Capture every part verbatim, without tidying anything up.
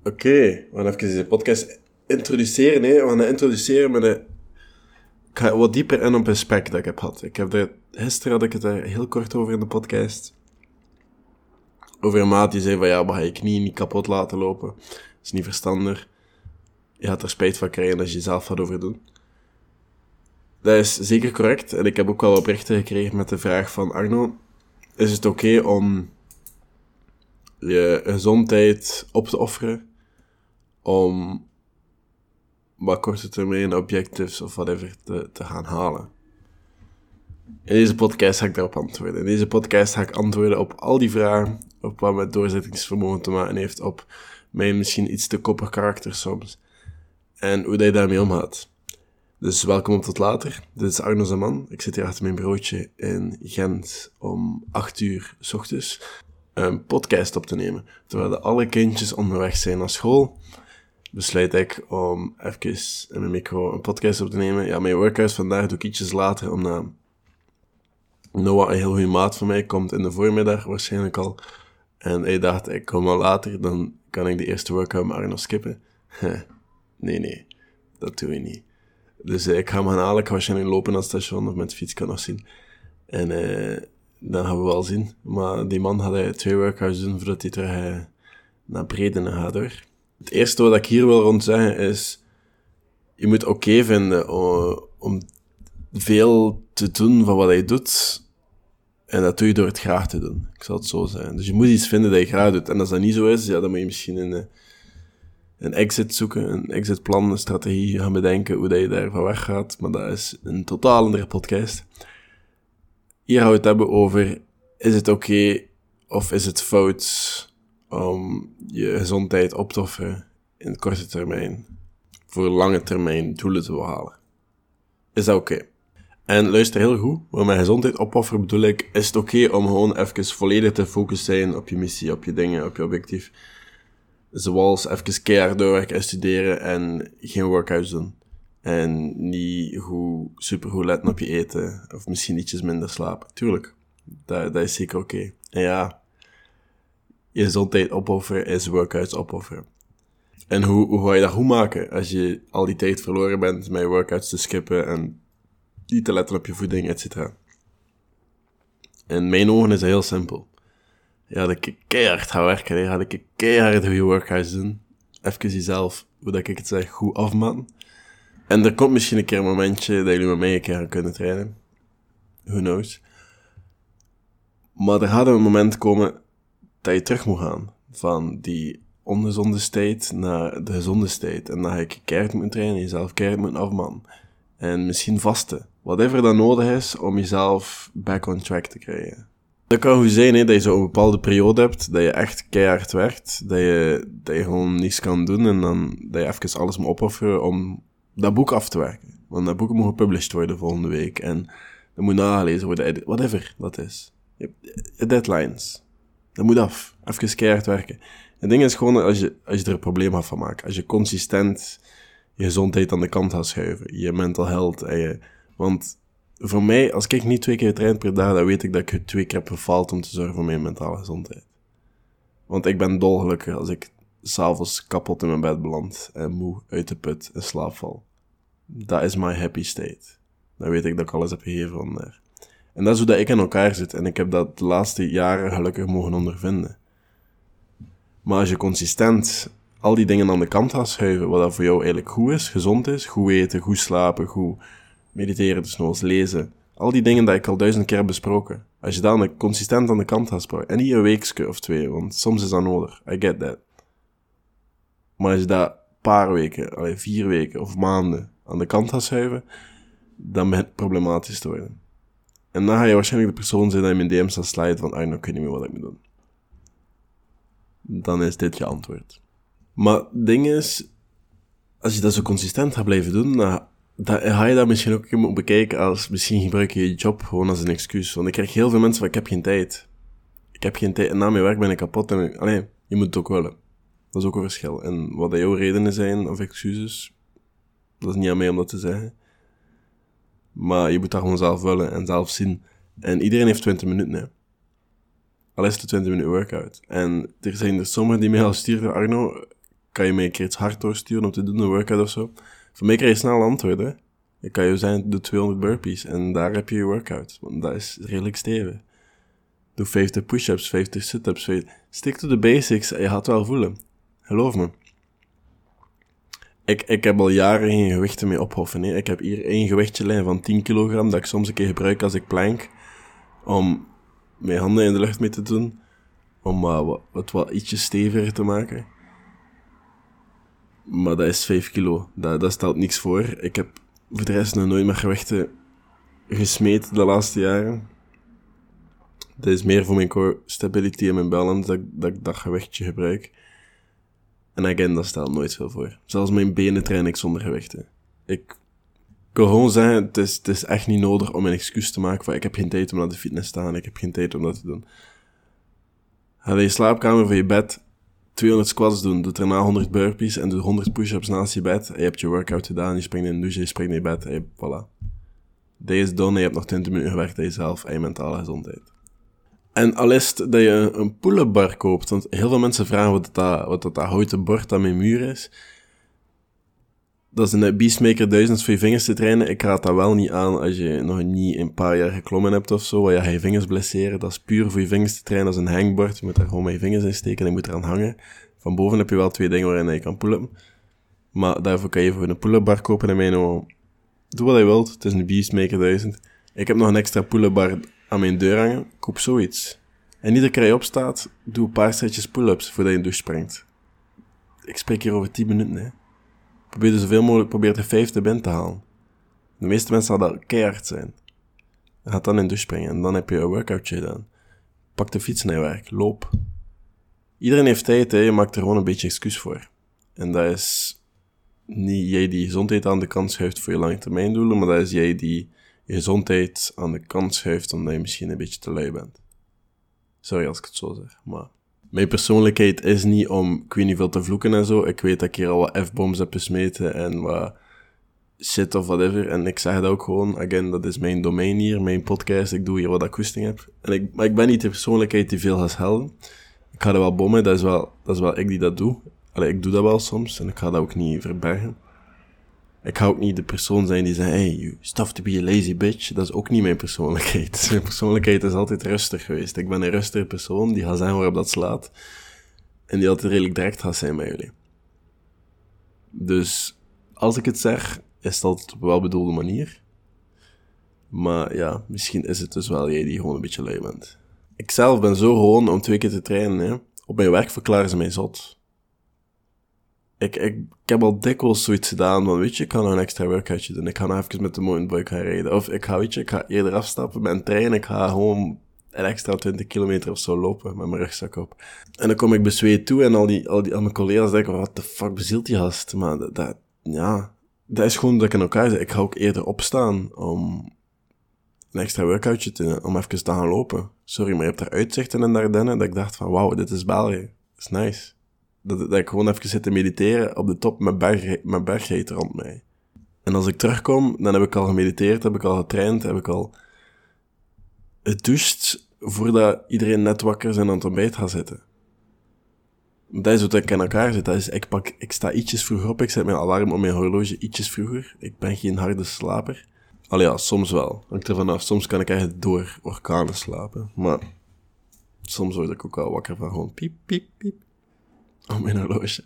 Oké, okay, we gaan even deze podcast introduceren. Hè. We gaan het introduceren met een... Ik ga wat dieper in op een spek dat ik heb gehad. Ik heb er... Gisteren had ik het er heel kort over in de podcast. Over een maat die zei van ja, maar ga je knie niet kapot laten lopen. Dat is niet verstandig. Je gaat er spijt van krijgen als je jezelf gaat overdoen. Dat is zeker correct. En ik heb ook wel wat berichten gekregen met de vraag van Arno, is het oké okay om je gezondheid op te offeren om wat korte termijn objectives of whatever te, te gaan halen? In deze podcast ga ik daarop antwoorden. In deze podcast ga ik antwoorden op al die vragen, op wat met doorzettingsvermogen te maken heeft, op mijn misschien iets te koppig karakter soms, en hoe dat je daarmee omgaat. Dus welkom op tot later. Dit is Arno Zaman. Ik zit hier achter mijn bureautje in Gent om acht uur 's ochtends een podcast op te nemen. Terwijl alle kindjes onderweg zijn naar school, besluit ik om even in mijn micro een podcast op te nemen. Ja, mijn workout vandaag doe ik ietsjes later, omdat Noah, een heel goede maat van mij, komt in de voormiddag waarschijnlijk al. En hij dacht, ik kom al later, dan kan ik de eerste workout met Arno skippen. nee, nee, dat doe je niet. Dus uh, ik ga hem gaan halen, ik ga waarschijnlijk lopen naar het station, of met de fiets kan nog zien. En uh, dan gaan we wel zien. Maar die man had uh, twee workouts doen voordat hij terug uh, naar Bredene gaat, hoor. Het eerste wat ik hier wil rond zeggen is, je moet oké okay vinden uh, om veel te doen van wat hij doet. En dat doe je door het graag te doen. Ik zal het zo zeggen. Dus je moet iets vinden dat je graag doet. En als dat niet zo is, ja, dan moet je misschien een, uh, een exit zoeken, een exitplan, een strategie gaan bedenken, hoe dat je daarvan weggaat. Maar dat is een totaal andere podcast. Hier gaan we het hebben over, is het oké okay, of is het fout om je gezondheid op te offeren in korte termijn, voor lange termijn doelen te behalen? Is dat oké? Okay? En luister heel goed, maar met gezondheid opofferen bedoel ik, is het oké okay om gewoon even volledig te focussen zijn op je missie, op je dingen, op je objectief? Zoals even keihard doorwerken en studeren en geen workouts doen. En niet goed, supergoed letten op je eten, of misschien ietsjes minder slapen. Tuurlijk, dat, dat is zeker oké. Okay. En ja, je gezondheid opofferen is workouts opofferen. En hoe, hoe ga je dat goed maken als je al die tijd verloren bent met je workouts te skippen en niet te letten op je voeding, et cetera. In mijn ogen is dat heel simpel. Ja, dat ik keihard ga werken, hè. Ga ik keihard goede workouts doen. Even jezelf, hoe dat ik het zeg, goed afmaken. En er komt misschien een keer een momentje dat jullie met mij een keer gaan kunnen trainen. Who knows. Maar er gaat een moment komen dat je terug moet gaan. Van die ongezonde state naar de gezonde state. En dan ga je keihard moeten trainen, jezelf keihard moeten afmaken. En misschien vasten. Whatever dat nodig is om jezelf back on track te krijgen. Dat kan goed zijn, hè, dat je zo'n bepaalde periode hebt, dat je echt keihard werkt, dat je, dat je gewoon niets kan doen en dan dat je even alles moet opofferen om dat boek af te werken. Want dat boek moet gepublished worden volgende week en dat moet nagelezen worden, whatever dat is. Je hebt deadlines. Dat moet af. Even keihard werken. Het ding is gewoon, als je, als je er een probleem af van maakt, als je consistent je gezondheid aan de kant gaat schuiven, je mental health en je... Want voor mij, als ik niet twee keer train per dag, dan weet ik dat ik twee keer heb gefaald om te zorgen voor mijn mentale gezondheid. Want ik ben dolgelukkig als ik 's avonds kapot in mijn bed beland en moe, uit de put en slaap val. Dat is my happy state. Dan weet ik dat ik alles heb gegeven van daar. En dat is hoe dat ik in elkaar zit. En ik heb dat de laatste jaren gelukkig mogen ondervinden. Maar als je consistent al die dingen aan de kant gaat schuiven, wat dat voor jou eigenlijk goed is, gezond is, goed eten, goed slapen, goed mediteren, dus nog eens lezen. Al die dingen die ik al duizend keer heb besproken. Als je dan consistent aan de kant gaat sproken. En niet een weekje of twee, want soms is dat nodig. I get that. Maar als je dat een paar weken, allee, vier weken of maanden aan de kant gaat schuiven, dan begint het problematisch te worden. En dan ga je waarschijnlijk de persoon zijn dat je in mijn D M's gaat sliden van, ah, nou, ik weet niet meer wat ik moet doen. Dan is dit je antwoord. Maar het ding is, als je dat zo consistent gaat blijven doen, dan Dan ga je dat misschien ook moeten bekijken als, misschien gebruik je je job gewoon als een excuus. Want ik krijg heel veel mensen van, ik heb geen tijd. Ik heb geen tijd, en na mijn werk ben ik kapot. En ik, allee, je moet het ook willen. Dat is ook een verschil. En wat dat jouw redenen zijn, of excuses, dat is niet aan mij om dat te zeggen. Maar je moet dat gewoon zelf willen en zelf zien. En iedereen heeft twintig minuten, hè. Al is het twintig minuten workout. En er zijn er sommigen die mij al sturen, Arno, kan je mij een keer iets hard doorsturen om te doen, een workout of zo. Voor mij krijg je snel antwoorden. Ik kan je zeggen, doe tweehonderd burpees en daar heb je je workout. Want dat is redelijk stevig. Doe vijftig push-ups, vijftig sit-ups. vijftig... Stick to the basics en je gaat het wel voelen. Geloof me. Ik, ik heb al jaren geen gewichten mee ophoffen. Hè. Ik heb hier één gewichtje liggen van tien kilogram dat ik soms een keer gebruik als ik plank. Om mijn handen in de lucht mee te doen. Om uh, wat, wat, wat ietsje steviger te maken. Maar dat is vijf kilo. Dat, dat stelt niks voor. Ik heb voor de rest nog nooit meer gewichten gesmeed de laatste jaren. Dat is meer voor mijn core stability en mijn balance dat, dat ik dat gewichtje gebruik. En again, dat stelt nooit veel voor. Zelfs mijn benen train ik zonder gewichten. Ik kan gewoon zeggen, het is, het is echt niet nodig om een excuus te maken van ik heb geen tijd om naar de fitness te gaan, ik heb geen tijd om dat te doen. Ga in je slaapkamer voor je bed tweehonderd squats doen, doe daarna honderd burpees en doe honderd push-ups naast je bed. En je hebt je workout gedaan, je springt in de douche, je springt in je bed en je, voilà. Day is done en je hebt nog twintig minuten gewerkt aan jezelf en je mentale gezondheid. En al is het dat je een pull-up bar koopt, want heel veel mensen vragen wat dat, wat dat, dat houten bord aan mijn muur is. Dat is een Beastmaker duizend voor je vingers te trainen. Ik raad dat wel niet aan als je nog niet een paar jaar geklommen hebt of zo, waar je gaat je vingers blesseren. Dat is puur voor je vingers te trainen. Dat is een hangbord. Je moet daar gewoon met je vingers in steken en je moet eraan hangen. Van boven heb je wel twee dingen waarin je kan pull-upen. Maar daarvoor kan je voor een pull-up bar kopen en mijn ogen. Doe wat je wilt. Het is een Beastmaker duizend. Ik heb nog een extra pull-up bar aan mijn deur hangen. Koop zoiets. En iedere keer je opstaat, doe een paar setjes pull-ups voordat je in de douche springt. Ik spreek hier over tien minuten, hè. Probeer er zoveel mogelijk, probeer er vijftig binnen te halen. De meeste mensen zal dat keihard zijn. Je gaat dan in de douche springen en dan heb je een workoutje gedaan. Pak de fiets naar je werk, loop. Iedereen heeft tijd, hè. Je maakt er gewoon een beetje excuus voor. En dat is niet jij die gezondheid aan de kant schuift voor je lange termijn doelen, maar dat is jij die je gezondheid aan de kant schuift omdat je misschien een beetje te lui bent. Sorry als ik het zo zeg, maar... Mijn persoonlijkheid is niet om, ik weet niet veel te vloeken en zo. Ik weet dat ik hier al wat F-bombs heb besmeten en wat shit of whatever. En ik zeg dat ook gewoon, again, dat is mijn domein hier, mijn podcast. Ik doe hier wat ik goesting heb. En ik, maar ik ben niet de persoonlijkheid die veel gaat schelden. Ik ga er wel bommen, dat is wel, dat is wel ik die dat doe. Allee, ik doe dat wel soms en ik ga dat ook niet verbergen. Ik ga ook niet de persoon zijn die zegt, hey, you stuff to be a lazy bitch. Dat is ook niet mijn persoonlijkheid. Mijn persoonlijkheid is altijd rustig geweest. Ik ben een rustige persoon die gaat zeggen waarop dat slaat. En die altijd redelijk direct gaat zijn bij jullie. Dus, als ik het zeg, is het altijd op een welbedoelde manier. Maar ja, misschien is het dus wel jij die gewoon een beetje lui bent. Ik zelf ben zo gewoon om twee keer te trainen. Hè. Op mijn werk verklaren ze mij zot. Ik, ik, ik heb al dikwijls zoiets gedaan van, weet je, ik ga nog een extra workoutje doen. Ik ga nog even met de mountainbike gaan rijden. Of ik ga, weet je, ik ga eerder afstappen met een trein. Ik ga gewoon een extra twintig kilometer of zo lopen met mijn rugzak op. En dan kom ik bezweet toe en al die, al die, al mijn collega's denken, wat de fuck bezielt die gast? Maar dat, dat, ja, dat is gewoon dat ik in elkaar zit. Ik ga ook eerder opstaan om een extra workoutje te doen, om even te gaan lopen. Sorry, maar je hebt daar uitzichten in de Ardennen dat ik dacht van, wauw, dit is België. Dat is nice. Dat, dat ik gewoon even zit te mediteren op de top met, berg, met berggeiten rond mij. En als ik terugkom, dan heb ik al gemediteerd, heb ik al getraind, heb ik al gedoucht voordat iedereen net wakker is en aan het ontbijt gaat zitten. Dat is wat ik in elkaar zit. Dat is, ik, pak, ik sta ietsjes vroeger op, ik zet mijn alarm op mijn horloge ietsjes vroeger. Ik ben geen harde slaper. Allee ja, soms wel. Hangt er vanaf. Soms kan ik echt door orkanen slapen. Maar soms word ik ook wel wakker van gewoon piep, piep, piep. Op mijn horloge.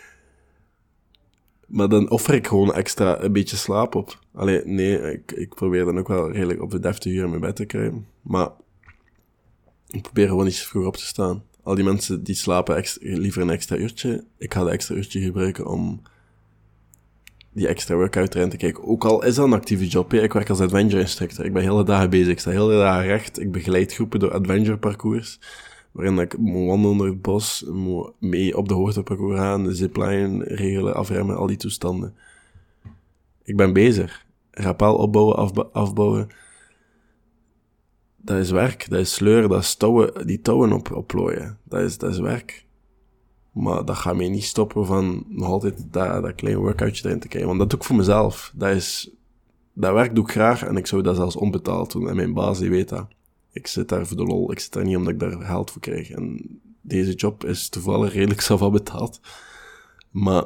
Maar dan offer ik gewoon extra een beetje slaap op. Allee, nee, ik, ik probeer dan ook wel redelijk op de deftige uur in mijn bed te kruipen. Maar ik probeer gewoon iets vroeg op te staan. Al die mensen die slapen extra, liever een extra uurtje. Ik ga dat extra uurtje gebruiken om die extra workout erin te kijken. Ook al is dat een actieve job. Hè. Ik werk als adventure instructor. Ik ben hele dagen bezig. Ik sta hele dagen recht. Ik begeleid groepen door adventure parcours. Waarin ik moet wandelen door het bos, moet mee op de hoogteparcours gaan, de zipline regelen, afremmen, al die toestanden. Ik ben bezig. Rappel opbouwen, afba- afbouwen. Dat is werk, dat is sleuren, dat is touwen, die touwen op, oplooien. Dat is, dat is werk. Maar dat gaat mij niet stoppen van nog altijd dat, dat kleine workoutje erin te krijgen. Want dat doe ik voor mezelf. Dat is, dat werk doe ik graag en ik zou dat zelfs onbetaald doen. En mijn baas, die weet dat. Ik zit daar voor de lol. Ik zit daar niet omdat ik daar geld voor krijg. En deze job is toevallig redelijk zelf al betaald. Maar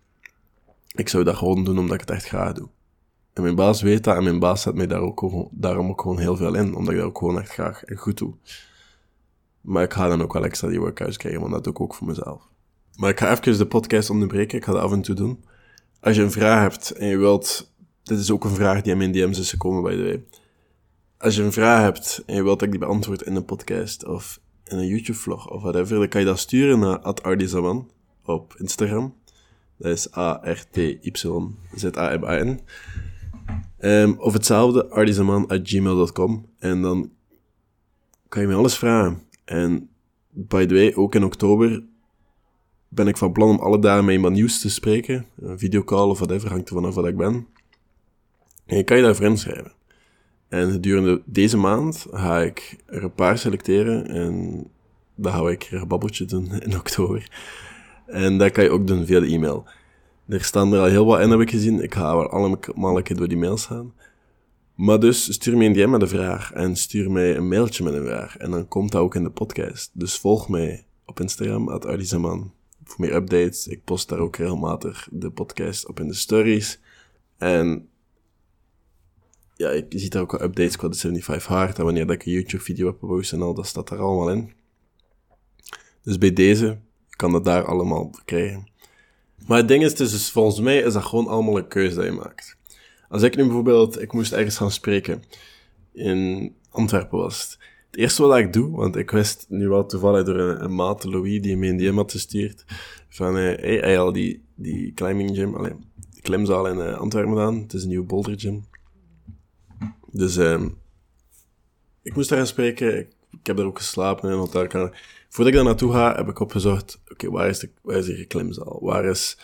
ik zou dat gewoon doen omdat ik het echt graag doe. En mijn baas weet dat en mijn baas zet mij daar ook gewoon, daarom ook gewoon heel veel in, omdat ik dat ook gewoon echt graag en goed doe. Maar ik ga dan ook wel extra die workouts krijgen, want dat doe ik ook voor mezelf. Maar ik ga even de podcast onderbreken, ik ga dat af en toe doen. Als je een vraag hebt en je wilt... Dit is ook een vraag die in mijn D M's is gekomen, by the way. Als je een vraag hebt en je wilt dat ik die beantwoord in een podcast of in een YouTube-vlog of whatever, dan kan je dat sturen naar at ardizaman op Instagram. Dat is A R T Y Z A M A N. Um, of hetzelfde, ardizaman at gmail dot com. En dan kan je me alles vragen. En by the way, ook in oktober ben ik van plan om alle dagen met iemand nieuws te spreken. Een videocall of whatever, hangt er vanaf wat ik ben. En je kan je daarvoor inschrijven. En gedurende deze maand ga ik er een paar selecteren. En dan ga ik er een babbeltje doen in oktober. En dat kan je ook doen via de e-mail. Er staan er al heel wat in, heb ik gezien. Ik ga wel allemaal een keer door die mails gaan. Maar dus, stuur me een D M met een vraag. En stuur mij een mailtje met een vraag. En dan komt dat ook in de podcast. Dus volg mij op Instagram, at ardizaman. Voor meer updates. Ik post daar ook regelmatig de podcast op in de stories. En ja, je ziet daar ook wel updates qua de zevenenvijftig Hard. En wanneer dat ik een YouTube-video heb gepost en al, dat staat daar allemaal in. Dus bij deze, je kan dat daar allemaal krijgen. Maar het ding is, dus volgens mij is dat gewoon allemaal een keuze dat je maakt. Als ik nu bijvoorbeeld, ik moest ergens gaan spreken. In Antwerpen was het. Het eerste wat ik doe, want ik wist nu wel toevallig door een, een maat, Louis, die me een D M had gestuurd, van, uh, hey, hij had die, die climbing gym, allee, de klimzaal in uh, Antwerpen gedaan. Het is een nieuwe boulder gym. Dus, um, ik moest daar gaan spreken. Ik, ik heb daar ook geslapen in een hotelkamer. Voordat ik daar naartoe ga, heb ik opgezocht, oké, okay, waar is de, waar is die klimzaal? Waar is,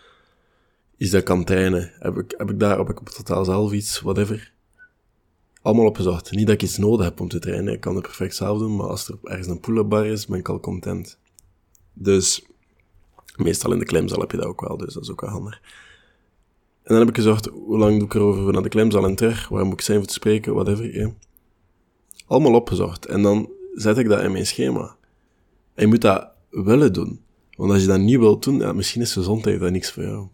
is dat kantine? Heb ik, heb ik daar, heb ik op het hotel zelf iets, whatever? Allemaal opgezocht. Niet dat ik iets nodig heb om te trainen, ik kan het perfect zelf doen, maar als er ergens een pull-up bar is, ben ik al content. Dus, meestal in de klimzaal heb je dat ook wel, dus dat is ook wel handig. En dan heb ik gezocht, hoe lang doe ik erover voor naar de klimzaal en terug? Waar moet ik zijn voor te spreken? Whatever, ja. Allemaal opgezocht. En dan zet ik dat in mijn schema. En je moet dat willen doen. Want als je dat niet wilt doen, ja, misschien is gezondheid dat niks voor jou.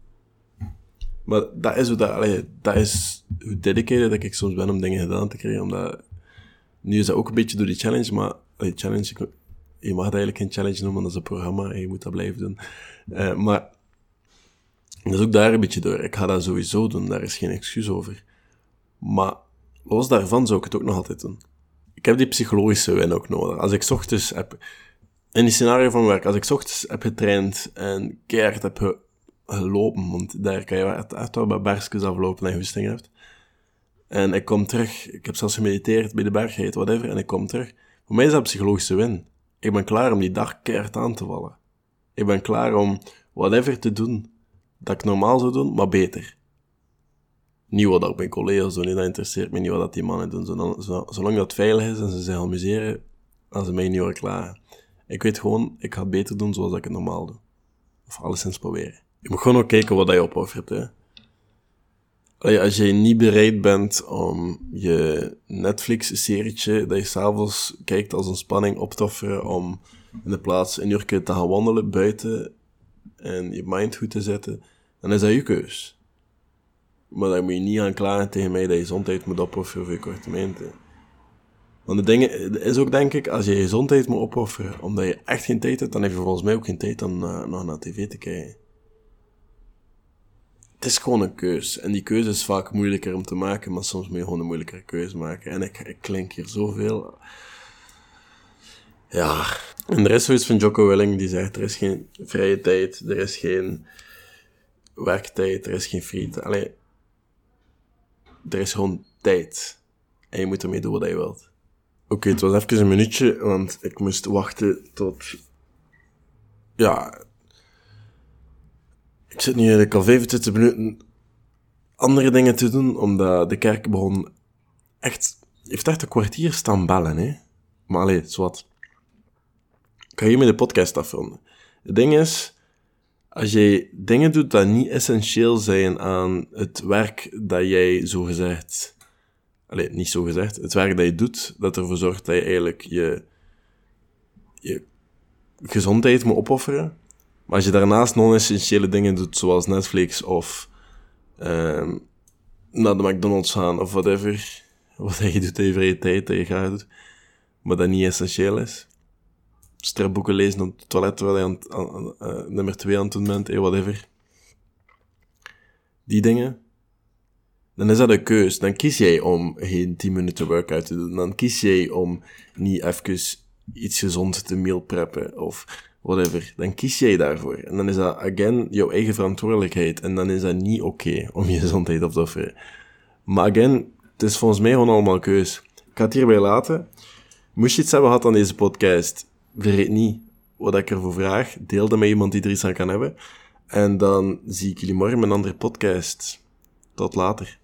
Maar dat is hoe, dat, allee, dat is hoe dedicated dat ik soms ben om dingen gedaan te krijgen. Omdat, nu is dat ook een beetje door die challenge, maar allee, challenge, je mag het eigenlijk geen challenge noemen, dat is een programma en je moet dat blijven doen. Uh, maar dat is ook daar een beetje door. Ik ga dat sowieso doen, daar is geen excuus over. Maar los daarvan zou ik het ook nog altijd doen. Ik heb die psychologische win ook nodig. Als ik 's ochtends heb, in die scenario van werk, als ik 's ochtends heb getraind en keihard heb ge, gelopen, want daar kan je echt, echt wel bij bergjes aflopen en goesting hebt. En ik kom terug, ik heb zelfs gemediteerd bij de berg gegeten, whatever, en ik kom terug. Voor mij is dat psychologische win. Ik ben klaar om die dag keihard aan te vallen. Ik ben klaar om whatever te doen dat ik normaal zou doen, maar beter. Niet wat ik mijn collega's doen, dat interesseert me niet wat die mannen doen. Zolang, zolang dat veilig is en ze zich amuseren, gaan ze mij niet horen klagen. Ik weet gewoon, ik ga het beter doen zoals ik het normaal doe. Of alleszins proberen. Je moet gewoon ook kijken wat je opoffert, hè. Allee, als je niet bereid bent om je Netflix-serietje dat je s'avonds kijkt als een spanning op te offeren om in de plaats een uur te gaan wandelen buiten en je mind goed te zetten, dan is dat je keus. Maar dan moet je niet gaan klagen tegen mij dat je gezondheid moet opofferen voor je korte termijn. Want de ding is ook, denk ik, als je je gezondheid moet opofferen omdat je echt geen tijd hebt, dan heb je volgens mij ook geen tijd om uh, nog naar tv te kijken. Het is gewoon een keus. En die keuze is vaak moeilijker om te maken, maar soms moet je gewoon een moeilijkere keuze maken. En ik, ik klink hier zoveel. Ja. En er is zoiets van Jocko Willing die zegt, er is geen vrije tijd, er is geen werktijd, er is geen free tijd. Allee, er is gewoon tijd. En je moet ermee doen wat je wilt. Oké, okay, het was even een minuutje, want ik moest wachten tot... Ja... Ik zit nu eigenlijk al vijfentwintig minuten andere dingen te doen, omdat de kerk begon echt... heeft echt een kwartier staan bellen, hè. Maar allee, zwart. Ik ga hiermee de podcast afronden. Het ding is, als jij dingen doet dat niet essentieel zijn aan het werk dat jij zogezegd... Allee, niet zogezegd. Het werk dat je doet, dat ervoor zorgt dat je eigenlijk je, je gezondheid moet opofferen. Maar als je daarnaast non-essentiële dingen doet, zoals Netflix of uh, naar de McDonald's gaan of whatever, wat je doet in je vrije tijd, dat je graag doet, maar dat niet essentieel is. Stripboeken lezen op het toilet, terwijl je aan, aan, uh, nummer twee aan het doen bent, eh, whatever. Die dingen, dan is dat een keus. Dan kies jij om geen tien minuten workout te doen. Dan kies jij om niet even iets gezond te meal preppen of whatever. Dan kies jij daarvoor. En dan is dat, again, jouw eigen verantwoordelijkheid. En dan is dat niet oké okay om je gezondheid op te offeren. Maar again, het is volgens mij gewoon allemaal keus. Ik ga het hierbij laten. Moest je iets hebben gehad aan deze podcast, vergeet niet wat ik ervoor vraag. Deel dat met iemand die er iets aan kan hebben. En dan zie ik jullie morgen met een andere podcast. Tot later.